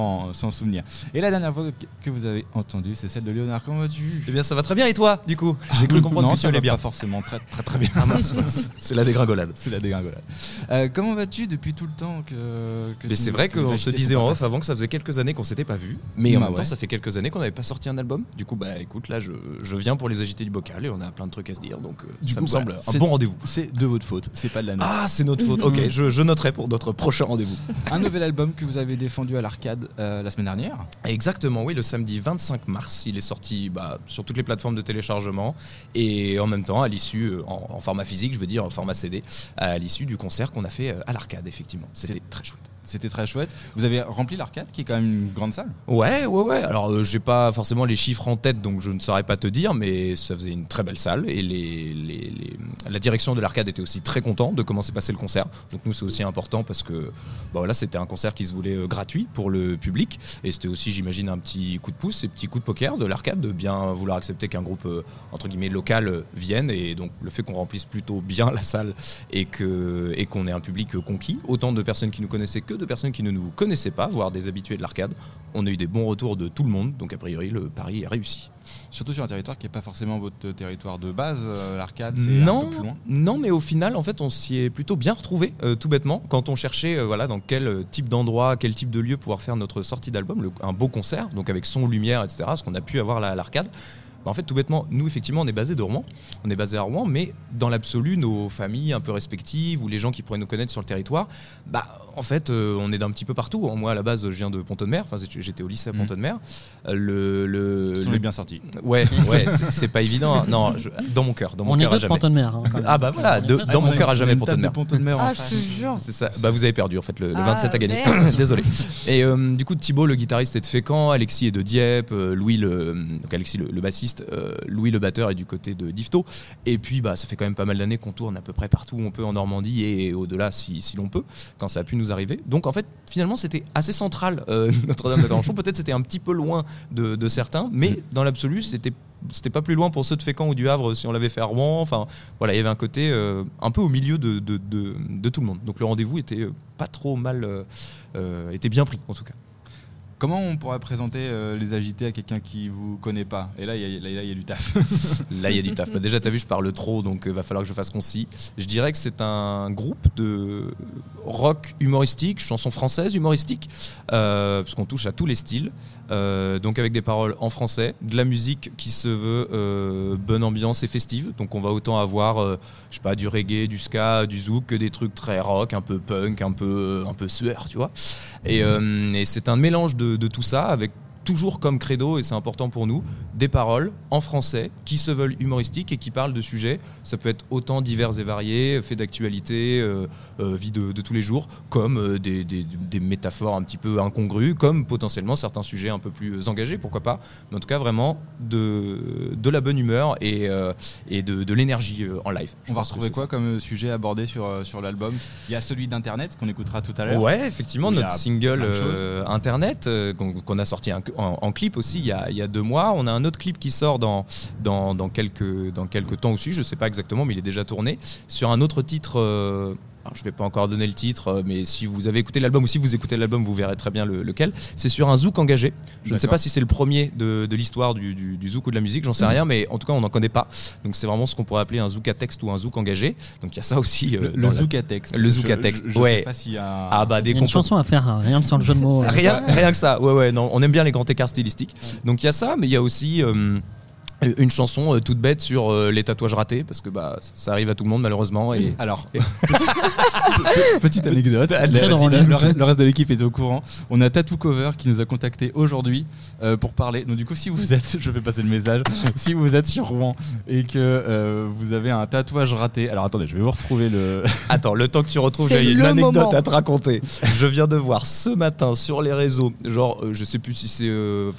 s'en souvenir. Et la dernière voix que vous avez entendue, c'est celle de Léonard. Comment vas-tu ? Eh bien, ça va très bien, et toi, du coup ? J'ai cru comprendre que tu allais bien. Pas forcément très très très bien. C'est la dégringolade. C'est la dégringolade. Comment vas-tu depuis tout le temps que mais c'est vrai qu'on se disait en off avant que ça faisait quelques années qu'on s'était pas vu, mais en même temps ça fait quelques années qu'on n'avait pas sorti un album. Du coup écoute, là je viens pour les agités du bocal et on a plein de trucs à se dire, donc ça me semble un bon rendez-vous. C'est de votre faute, c'est pas de la nôtre. Ah, c'est notre faute. Ok, je noterai pour notre prochain rendez-vous. Un nouvel album que vous avez défendu à l'Arcade la semaine dernière. Exactement, oui, le samedi 25 mars. Il est sorti sur toutes les plateformes de téléchargement et en même temps à l'issue en format physique, je veux dire en format CD, à l'issue du concert qu'on a fait à l'Arcade, effectivement. C'était très chouette. C'était très chouette. Vous avez rempli l'Arcade, qui est quand même une grande salle. Ouais. Alors, j'ai pas forcément les chiffres en tête, donc je ne saurais pas te dire, mais ça faisait une très belle salle. Et la direction de l'Arcade était aussi très content de comment s'est passé le concert. Donc nous, c'est aussi important parce que c'était un concert qui se voulait gratuit pour le public. Et c'était aussi, j'imagine, un petit coup de pouce et petit coup de poker de l'Arcade de bien vouloir accepter qu'un groupe, entre guillemets, local vienne. Et donc, le fait qu'on remplisse plutôt bien la salle et qu'on ait un public conquis, autant de personnes qui nous connaissaient que de personnes qui ne nous connaissaient pas, voire des habitués de l'Arcade. On a eu des bons retours de tout le monde, donc a priori le pari est réussi. Surtout sur un territoire qui n'est pas forcément votre territoire de base, l'Arcade, c'est un peu plus loin. Non, mais au final, en fait, on s'y est plutôt bien retrouvé, tout bêtement, quand on cherchait dans quel type d'endroit, quel type de lieu pouvoir faire notre sortie d'album, un beau concert, donc avec son, lumière, etc., ce qu'on a pu avoir à l'Arcade. En fait, tout bêtement, nous, effectivement, on est basé à Rouen, mais dans l'absolu, nos familles un peu respectives ou les gens qui pourraient nous connaître sur le territoire, en fait, on est d'un petit peu partout. Moi, à la base, je viens de Pont-de-Mer, j'étais au lycée à Pont-de-Mer. On est bien sorti. Ouais, c'est pas évident. Non, dans mon cœur. On est deux de Pont-de-Mer. Voilà, dans mon cœur à jamais Pont-de-Mer. Ah, je te jure. C'est ça. Vous avez perdu, en fait, le 27 a gagné. Désolé. Et du coup, Thibaut, le guitariste, est de Fécamp, Alexis est de Dieppe, Louis, Alexis, le bassiste, Louis le batteur est du côté de Difto, et puis ça fait quand même pas mal d'années qu'on tourne à peu près partout où on peut en Normandie et au-delà si l'on peut, quand ça a pu nous arriver. Donc en fait finalement c'était assez central, Notre-Dame de Garanchon. Peut-être c'était un petit peu loin de certains, mais dans l'absolu c'était pas plus loin pour ceux de Fécamp ou du Havre si on l'avait fait à Rouen. Enfin voilà, il y avait un côté un peu au milieu de tout le monde, donc le rendez-vous était pas trop mal, était bien pris en tout cas. Comment on pourrait présenter les agités à quelqu'un qui vous connaît pas ? Et là, il y a du taf. Là, il y a du taf. Déjà, t'as vu, je parle trop, donc va falloir que je fasse concis. Je dirais que c'est un groupe de rock humoristique, chansons françaises humoristiques, parce qu'on touche à tous les styles. Donc avec des paroles en français, de la musique qui se veut bonne ambiance et festive. Donc on va autant avoir, du reggae, du ska, du zouk, que des trucs très rock, un peu punk, un peu sueur, tu vois. Et c'est un mélange de tout ça, avec toujours comme credo, et c'est important pour nous, des paroles en français qui se veulent humoristiques et qui parlent de sujets. Ça peut être autant divers et variés, faits d'actualité, vie de tous les jours, comme des métaphores un petit peu incongrues, comme potentiellement certains sujets un peu plus engagés, pourquoi pas. Mais en tout cas, vraiment de la bonne humeur et de l'énergie en live. On va retrouver quoi comme sujet abordé sur l'album ? Il y a celui d'Internet qu'on écoutera tout à l'heure. Ouais, effectivement, notre single Internet qu'on a sorti en clip aussi il y a 2 mois. On a un autre clip qui sort dans quelques temps aussi, je sais pas exactement, mais il est déjà tourné sur un autre titre. Alors, je vais pas encore donner le titre, mais si vous avez écouté l'album ou si vous écoutez l'album, vous verrez très bien lequel. C'est sur un zouk engagé. Je ne sais pas si c'est le premier de l'histoire du zouk ou de la musique, j'en sais rien, mais en tout cas on n'en connaît pas. Donc c'est vraiment ce qu'on pourrait appeler un zouk à texte ou un zouk engagé. Donc il y a ça aussi. Le zouk à texte. Le zouk à texte. Je sais pas s'il y a. Il y a une chanson à faire, rien que sans le jeu de mots. Rien que ça. Ouais, non, on aime bien les grands écarts stylistiques. Donc il y a ça, mais il y a aussi une chanson toute bête sur les tatouages ratés, parce que ça arrive à tout le monde malheureusement. Et alors, petite anecdote, le reste de l'équipe est au courant. On a Tattoo Cover qui nous a contacté aujourd'hui pour parler. Donc du coup, si vous êtes, je vais passer le message, si vous êtes sur Rouen et que vous avez un tatouage raté, alors attendez, je vais vous retrouver le... Attends, le temps que tu retrouves, j'ai une anecdote à te raconter. Je viens de voir ce matin sur les réseaux, je sais plus si c'est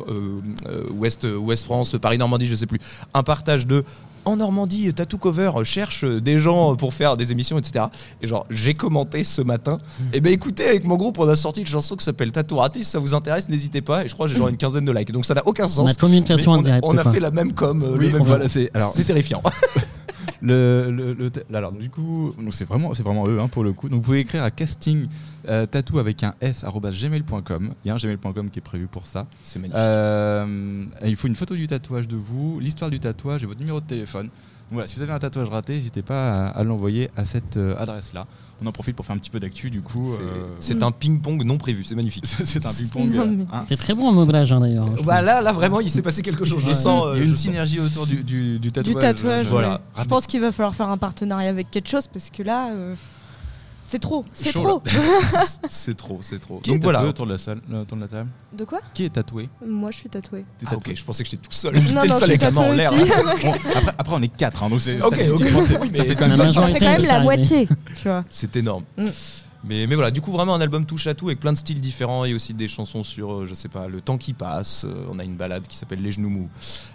Ouest France, Paris-Normandie, je sais plus, un partage de en Normandie, Tattoo Cover cherche des gens pour faire des émissions, etc. Et j'ai commenté ce matin. Et écoutez, avec mon groupe, on a sorti une chanson qui s'appelle Tattoo Raté. Si ça vous intéresse, n'hésitez pas. Et je crois que j'ai une quinzaine de likes. Donc ça n'a aucun sens. La communication en direct. On a fait la même com. Oui, le même voilà, c'est terrifiant. Alors du coup, donc c'est vraiment eux pour le coup. Donc vous pouvez écrire à casting tattoo avec un s @gmail.com. Il y a un gmail.com qui est prévu pour ça. C'est magnifique. Il faut une photo du tatouage de vous, l'histoire du tatouage et votre numéro de téléphone. Donc voilà, si vous avez un tatouage raté, n'hésitez pas à l'envoyer à cette adresse-là. On en profite pour faire un petit peu d'actu du coup. C'est un ping-pong non prévu, c'est magnifique. C'est un ping-pong. C'est très bon en moblage d'ailleurs. Là vraiment, il s'est passé quelque chose. Je sens. Il y a une synergie autour du tatouage. Du tatouage, voilà. ouais. Je pense qu'il va falloir faire un partenariat avec quelque chose parce que là, c'est trop. C'est chaud, trop. C'est trop. Qui Donc est voilà. tatoué autour de la table. De quoi ? Qui est tatoué ? Moi, je suis tatouée. Ah, ok, je pensais que j'étais tout seul. Non, J'étais le je seul suis avec la main en tatouée l'air. aussi. Bon, après on est 4, donc c'est Ok, statistiquement, ça fait quand même La pas Ça fait majorité quand même est la arrivée. moitié, tu vois. C'est énorme. Mm. Mais voilà, du coup vraiment un album touche à tout avec plein de styles différents et aussi des chansons sur, je sais pas, le temps qui passe. On a une balade qui s'appelle Les Genoux Mous,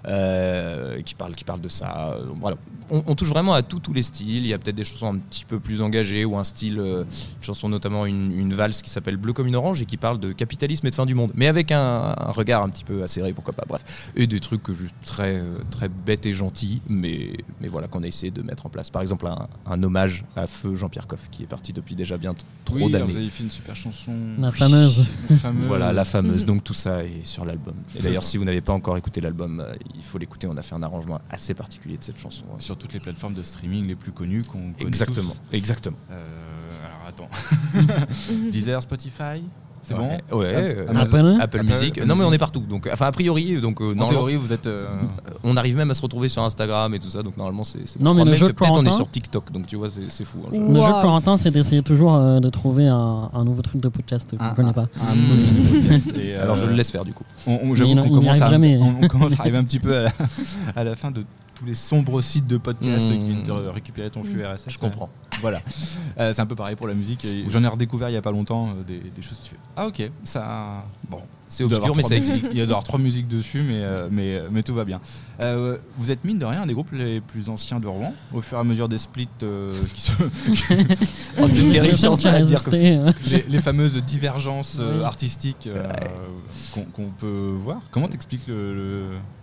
qui parle de ça. Voilà, on touche vraiment à tous les styles. Il y a peut-être des chansons un petit peu plus engagées ou un style, une chanson notamment une valse qui s'appelle Bleu comme une orange et qui parle de capitalisme et de fin du monde, mais avec un regard un petit peu acéré, pourquoi pas. Bref, et des trucs juste très bêtes et gentils, mais voilà qu'on a essayé de mettre en place. Par exemple un hommage à Feu Jean-Pierre Coff qui est parti depuis déjà bien trop d'années. Vous avez fait une super chanson. La fameuse. Voilà, la fameuse. Donc tout ça est sur l'album. Et d'ailleurs, si vous n'avez pas encore écouté l'album, il faut l'écouter. On a fait un arrangement assez particulier de cette chanson. Sur toutes les plateformes de streaming les plus connues qu'on connaît Exactement. tous. Exactement. Alors attends. Deezer, Spotify, c'est bon. Ouais. Apple Music. Non mais on est partout. Donc, enfin a priori, donc en théorie, vous êtes. On arrive même à se retrouver sur Instagram et tout ça. Donc normalement, c'est. Non, mais le jeu de peut-être on est Corentin- sur TikTok. Donc tu vois, c'est fou. Hein, Le jeu de Corentin, c'est d'essayer toujours de trouver un nouveau truc de podcast qu'on ne connaît pas. Un nouveau podcast. Et, Alors je le laisse faire du coup. J'avoue Mais qu'on il n'y commence arrive jamais. on commence à arriver un petit peu à la fin de tous les sombres sites de podcasts qui viennent de récupérer ton flux RSS. Je comprends. Voilà. C'est un peu pareil pour la musique. J'en ai redécouvert il n'y a pas longtemps des choses que tu fais. Ah ok, ça. Bon. C'est obscur, mais ça existe. Il y a d'avoir 3 musiques dessus, mais tout va bien. Vous êtes mine de rien un des groupes les plus anciens de Rouen, au fur et à mesure des splits qui se. C'est terrifiant ça à dire. Les fameuses divergences artistiques qu'on peut voir. Comment t'expliques le...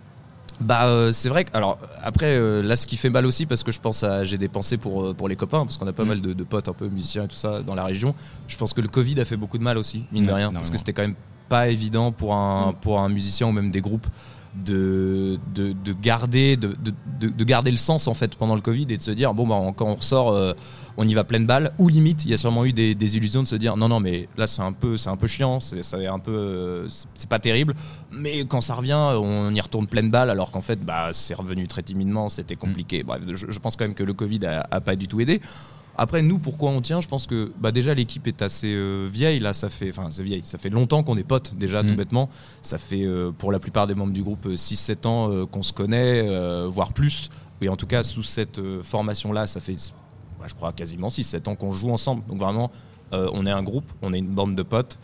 C'est vrai que alors après là ce qui fait mal aussi parce que je pense j'ai des pensées pour les copains parce qu'on a pas mal de potes un peu musiciens et tout ça dans la région. Je pense que le Covid a fait beaucoup de mal aussi mine de rien parce que c'était quand même pas évident pour un musicien ou même des groupes de garder le sens en fait pendant le Covid et de se dire quand on ressort on y va pleine balle ou limite il y a sûrement eu des illusions de se dire non mais là c'est un peu chiant, c'est un peu c'est pas terrible, mais quand ça revient on y retourne pleine balle alors qu'en fait c'est revenu très timidement, c'était compliqué. Bref, je pense quand même que le Covid a pas du tout aidé. Après, nous, pourquoi on tient ? Je pense que déjà l'équipe est assez vieille. Là, ça fait longtemps qu'on est potes déjà, tout bêtement. Ça fait pour la plupart des membres du groupe 6-7 ans qu'on se connaît, voire plus. Et en tout cas, sous cette formation-là, ça fait, je crois, quasiment 6-7 ans qu'on joue ensemble. Donc vraiment, on est un groupe, on est une bande de potes.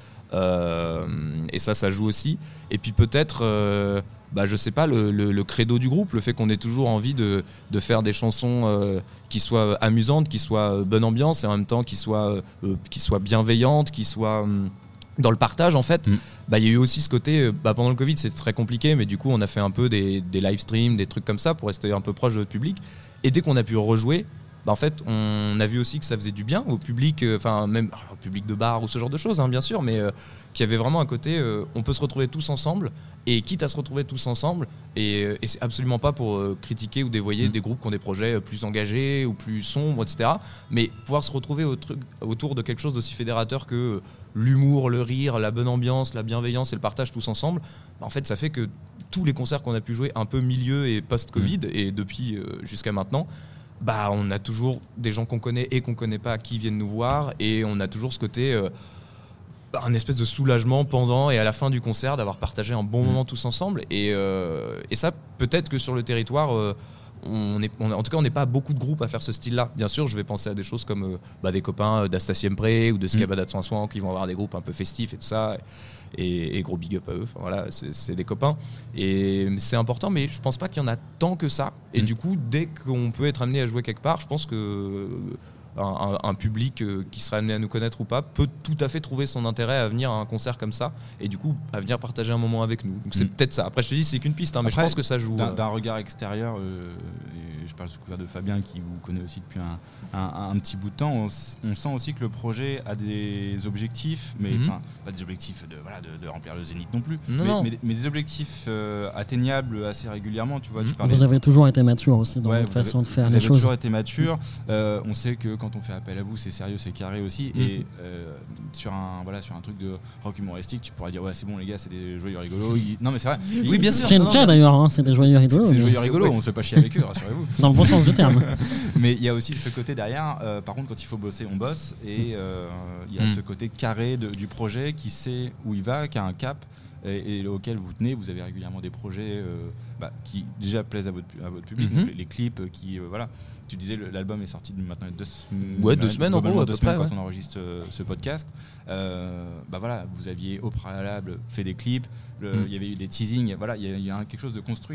Et ça joue aussi. Et puis peut-être... je sais pas, le credo du groupe, le fait qu'on ait toujours envie de faire des chansons qui soient amusantes, qui soient bonne ambiance et en même temps qui soient bienveillantes, qui soient dans le partage en fait. Il y a eu aussi ce côté, pendant le Covid c'est très compliqué, mais du coup on a fait un peu des live streams, des trucs comme ça pour rester un peu proche de notre public, et dès qu'on a pu rejouer, en fait, on a vu aussi que ça faisait du bien au public, même au public de bar ou ce genre de choses, hein, bien sûr, mais qu'il y avait vraiment un côté, on peut se retrouver tous ensemble, et quitte à se retrouver tous ensemble, et c'est absolument pas pour critiquer ou dévoyer des groupes qui ont des projets plus engagés ou plus sombres, etc. Mais pouvoir se retrouver autour de quelque chose d'aussi fédérateur que l'humour, le rire, la bonne ambiance, la bienveillance et le partage tous ensemble, en fait, ça fait que tous les concerts qu'on a pu jouer un peu milieu et post-Covid, et depuis jusqu'à maintenant, on a toujours des gens qu'on connaît et qu'on connaît pas qui viennent nous voir, et on a toujours ce côté un espèce de soulagement pendant et à la fin du concert d'avoir partagé un bon moment tous ensemble, et ça peut-être que sur le territoire en tout cas on n'est pas beaucoup de groupes à faire ce style là. Bien sûr je vais penser à des choses comme des copains d'Astaciem Pré ou de Scabada de Soin qui vont avoir des groupes un peu festifs et tout ça, et gros big up à eux, voilà, c'est des copains et c'est important, mais je pense pas qu'il y en a tant que ça, et du coup dès qu'on peut être amené à jouer quelque part, je pense que un public qui serait amené à nous connaître ou pas peut tout à fait trouver son intérêt à venir à un concert comme ça et du coup à venir partager un moment avec nous. Donc c'est peut-être ça. Après je te dis c'est qu'une piste, mais je pense que ça joue. D'un regard extérieur, et je parle sous couvert de Fabien qui vous connaît aussi depuis un petit bout de temps, on sent aussi que le projet a des objectifs, mais pas des objectifs de remplir le Zénith non plus, mais des objectifs atteignables assez régulièrement. Tu vois, vous avez toujours été mature aussi dans votre façon de faire les choses. Vous avez toujours été mature. On sait que quand on fait appel à vous, c'est sérieux, c'est carré aussi. Et sur un truc de rock humoristique, tu pourrais dire ouais c'est bon les gars, c'est des joyeux rigolos. Non mais c'est vrai. Oui bien sûr. D'ailleurs, c'est des joyeux rigolos. C'est des joyeux rigolos. On se fait pas chier avec eux, rassurez-vous. Dans le bon sens du terme. Mais il y a aussi ce côté derrière. Par contre, quand il faut bosser, on bosse. Et il y a ce côté carré du projet qui sait où il va, qui a un cap. Et auquel vous tenez, vous avez régulièrement des projets qui déjà plaisent à votre public, donc les clips qui tu disais l'album est sorti maintenant il y a 2 semaines en gros, 2 semaines quand on enregistre ce podcast. Vous aviez au préalable fait des clips, il y avait eu des teasings, il y a quelque chose de construit,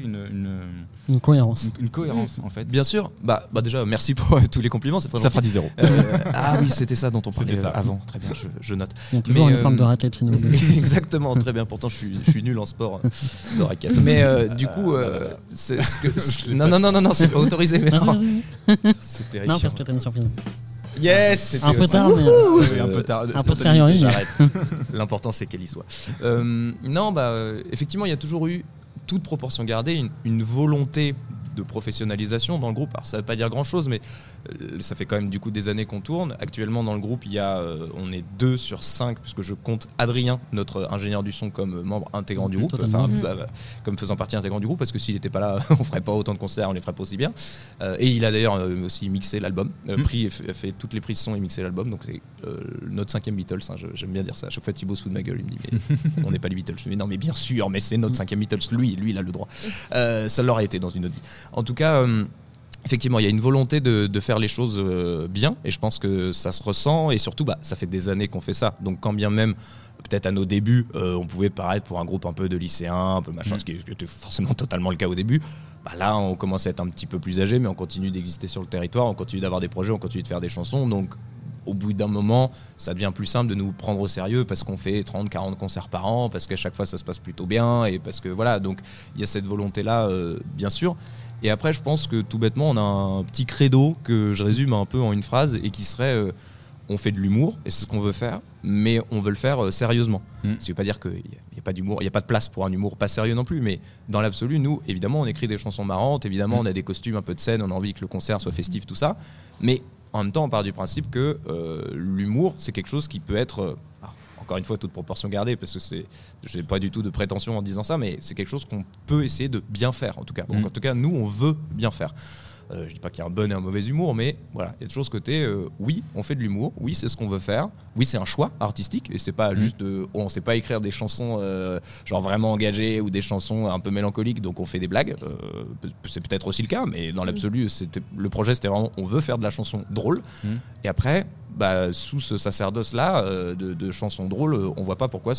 une cohérence. Une cohérence en fait. Bien sûr. Déjà merci pour tous les compliments, c'est très ça gentil. fera 10 €. Ah oui, c'était ça dont on parlait avant. Très bien, je note. Il y a toujours une forme de raquette chez nous. Exactement, très bien. Pourtant je suis nul en sport de raquette. Mais du coup c'est ce que non, c'est pas autorisé mais non. C'est terrifiant. Non, parce que t'as une surprise. Yes, c'était un peu tard, mais un peu tard. Un posteriori. J'arrête. L'important c'est qu'elle y soit. Effectivement, il y a toujours eu, toute proportion gardée, une volonté de professionnalisation dans le groupe. Alors ça veut pas dire grand chose, mais ça fait quand même du coup des années qu'on tourne. Actuellement dans le groupe, on est 2 sur 5 puisque je compte Adrien, notre ingénieur du son, comme membre intégrant du groupe, comme faisant partie intégrante du groupe, parce que s'il n'était pas là, on ferait pas autant de concerts, on les ferait pas aussi bien. Et il a d'ailleurs aussi mixé l'album, fait toutes les prises son et mixé l'album. Donc c'est notre 5e Beatles. J'aime bien dire ça. À chaque fois Thibaut se fout de ma gueule, il me dit mais on n'est pas les Beatles. Je me dis non mais bien sûr, mais c'est notre 5e Beatles. Lui il a le droit. Ça l'aurait été dans une autre vie. En tout cas, effectivement, il y a une volonté de faire les choses bien, et je pense que ça se ressent, et surtout, ça fait des années qu'on fait ça. Donc, quand bien même, peut-être à nos débuts, on pouvait paraître pour un groupe un peu de lycéens, un peu machin, ce qui était forcément totalement le cas au début. Là, on commence à être un petit peu plus âgé, mais on continue d'exister sur le territoire, on continue d'avoir des projets, on continue de faire des chansons. Donc, au bout d'un moment, ça devient plus simple de nous prendre au sérieux parce qu'on fait 30-40 concerts par an, parce qu'à chaque fois ça se passe plutôt bien, et parce que donc il y a cette volonté-là, bien sûr. Et après, je pense que tout bêtement, on a un petit credo que je résume un peu en une phrase et qui serait on fait de l'humour, et c'est ce qu'on veut faire, mais on veut le faire sérieusement. Ça ne veut pas dire qu'il n'y a pas d'humour, il n'y a pas de place pour un humour pas sérieux non plus, mais dans l'absolu, nous, évidemment, on écrit des chansons marrantes, évidemment, on a des costumes un peu de scène, on a envie que le concert soit festif, tout ça, mais en même temps, on part du principe que l'humour, c'est quelque chose qui peut être... encore une fois, toute proportion gardée, parce que je n'ai pas du tout de prétention en disant ça, mais c'est quelque chose qu'on peut essayer de bien faire, en tout cas. Donc, en tout cas, nous, on veut bien faire. Je ne dis pas qu'il y a un bon et un mauvais humour, mais voilà, il y a toujours ce côté, oui, on fait de l'humour, oui, c'est ce qu'on veut faire, oui, c'est un choix artistique, et c'est pas juste on ne sait pas écrire des chansons genre vraiment engagées ou des chansons un peu mélancoliques, donc on fait des blagues. C'est peut-être aussi le cas, mais dans l'absolu, le projet, c'était vraiment, on veut faire de la chanson drôle, et après, sous ce sacerdoce-là de chansons drôles, on voit pas pourquoi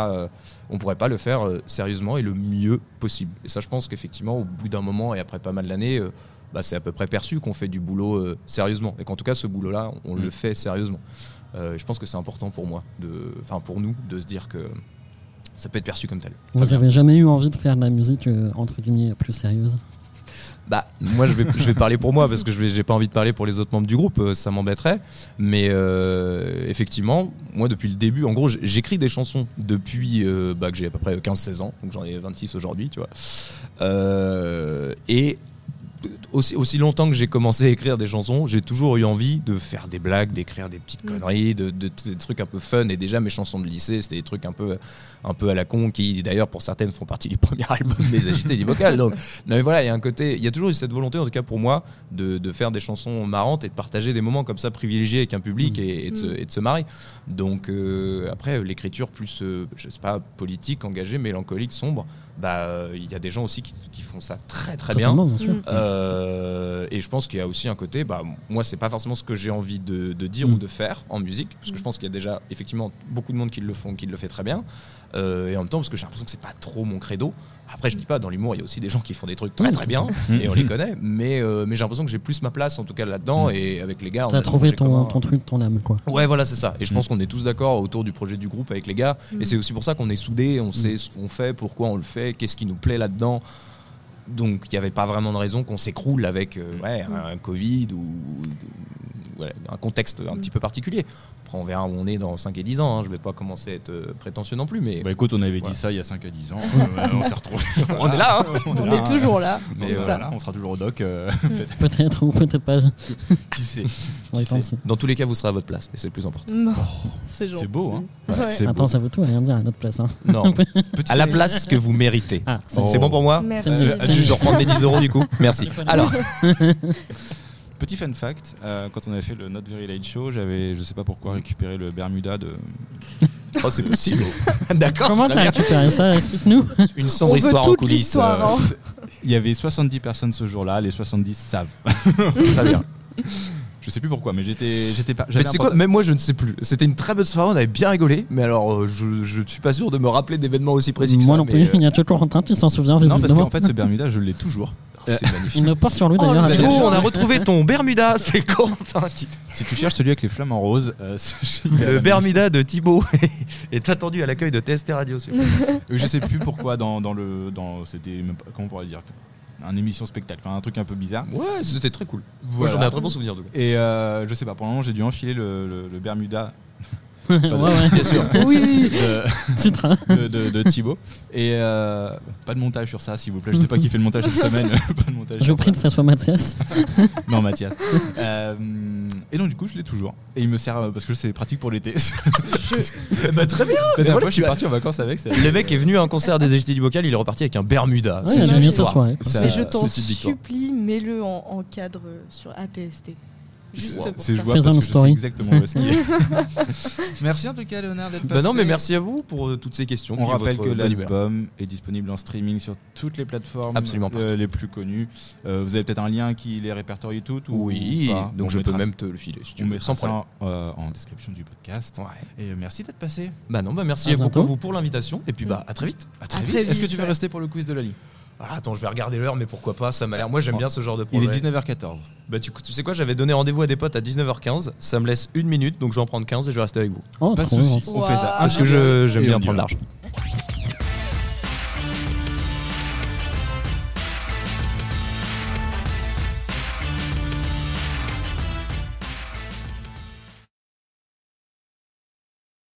on pourrait pas le faire sérieusement et le mieux possible. Et ça, je pense qu'effectivement, au bout d'un moment et après pas mal d'années, c'est à peu près perçu qu'on fait du boulot sérieusement. Et qu'en tout cas, ce boulot-là, on le fait sérieusement. Je pense que c'est important pour moi, pour nous, de se dire que ça peut être perçu comme tel. Vous avez jamais eu envie de faire de la musique, entre guillemets, plus sérieuse ? Moi je vais parler pour moi parce que j'ai pas envie de parler pour les autres membres du groupe, ça m'embêterait, mais effectivement moi depuis le début, en gros j'écris des chansons depuis que j'ai à peu près 15-16 ans, donc j'en ai 26 aujourd'hui, tu vois, et aussi longtemps que j'ai commencé à écrire des chansons, j'ai toujours eu envie de faire des blagues, d'écrire des petites conneries, des trucs un peu fun. Et déjà mes chansons de lycée, c'était des trucs un peu à la con, qui d'ailleurs pour certaines font partie du premier album des Agités du Vocal. Donc non mais voilà, il y a toujours eu cette volonté, en tout cas pour moi, de faire des chansons marrantes et de partager des moments comme ça privilégiés avec un public et de se marrer. Donc après l'écriture plus je sais pas, politique, engagée, mélancolique, sombre, il y a des gens aussi qui font ça très très bien. Sûr. Et je pense qu'il y a aussi un côté, moi c'est pas forcément ce que j'ai envie de dire ou de faire en musique, parce que je pense qu'il y a déjà effectivement beaucoup de monde qui le font, qui le fait très bien, et en même temps parce que j'ai l'impression que c'est pas trop mon credo. Après je dis pas, dans l'humour il y a aussi des gens qui font des trucs très très bien et on les connaît, mais j'ai l'impression que j'ai plus ma place en tout cas là-dedans, et avec les gars on T'as a trouvé ton truc, ton âme quoi. Ouais voilà c'est ça, et je pense qu'on est tous d'accord autour du projet du groupe avec les gars, et c'est aussi pour ça qu'on est soudés, on sait ce qu'on fait, pourquoi on le fait, qu'est-ce qui nous plaît là-dedans. Donc il n'y avait pas vraiment de raison qu'on s'écroule avec un Covid ou un contexte un petit peu particulier. Après on verra où on est dans 5 et 10 ans, je ne vais pas commencer à être prétentieux non plus. Mais écoute, on avait dit ça il y a 5 à 10 ans, on s'est retrouvés. On est là, on est toujours là. Mais voilà, on sera toujours au doc. Peut-être ou peut-être pas. Qui sait, Dans tous les cas, vous serez à votre place, et c'est le plus important. Non, c'est beau, hein. Attends, ça veut tout rien dire à notre place. Hein. Non, à la place que vous méritez. Ah, c'est bon pour moi. Merci. Je vais reprendre mes 10 € du coup. Merci. Alors, petit fun fact, quand on avait fait le Not Very Late Show, j'avais, je sais pas pourquoi, récupéré le Bermuda de... Oh, c'est possible. D'accord. Comment t'as récupéré ça? Explique-nous. Une sombre histoire en coulisses. Il y avait 70 personnes ce jour-là, les 70 savent. Très bien. Je sais plus pourquoi, mais j'étais pas. Mais c'est quoi? Même moi, je ne sais plus. C'était une très bonne soirée, on avait bien rigolé, mais alors je suis pas sûr de me rappeler d'événements aussi précis que ça. Moi non plus, il y a toujours Quentin qui s'en souvient visiblement. Non, parce qu'en fait, ce Bermuda, je l'ai toujours. C'est magnifique. Il me porte sur lui d'ailleurs. On a retrouvé ton Bermuda, c'est Quentin qui... Si tu cherches celui avec les flamants roses, le Bermuda de Thibaut est attendu à l'accueil de TST Radio. Je sais plus pourquoi c'était même pas, comment on pourrait dire, une émission spectacle, un truc un peu bizarre. Ouais, c'était très cool. Voilà. Moi, j'en ai un très bon souvenir de. Et je sais pas, pour le moment j'ai dû enfiler le Bermuda. Ouais. Bien sûr. Oui. Titre. De Thibaut. Et pas de montage sur ça, s'il vous plaît. Je sais pas qui fait le montage cette semaine. Pas de montage. Je prie que ça soit Mathias. Non, Mathias. Et donc du coup, je l'ai toujours. Et il me sert parce que c'est pratique pour l'été. Très bien. La dernière fois, je suis parti en vacances avec. Le mec est venu à un concert des Agités du Bocal, il est reparti avec un Bermuda. Ouais, c'est une histoire. Je t'en supplie, mets-le en cadre sur ATST. Juste pour c'est ça. jouable parce que je sais story. exactement où est-ce qu'il est. Merci en tout cas Léonard d'être passé. Non mais merci à vous pour toutes ces questions. On rappelle que l'album est disponible en streaming sur toutes les plateformes les plus connues. Vous avez peut-être un lien qui les répertorie toutes Oui, pas. donc je peux même te le filer si tu veux, sans problème. En description du podcast. Ouais. Et merci d'être passé. Merci beaucoup à vous pour l'invitation et puis à très vite. À très vite. Est-ce que tu veux rester pour le quiz de Lali? Attends, je vais regarder l'heure, mais pourquoi pas, ça m'a l'air. Moi, j'aime bien ce genre de projet. Il est 19h14. Tu sais quoi, j'avais donné rendez-vous à des potes à 19h15. Ça me laisse 1 minute, donc je vais en prendre 15 et je vais rester avec vous. Oh, pas de soucis, on fait ça. Parce que j'aime bien prendre l'argent.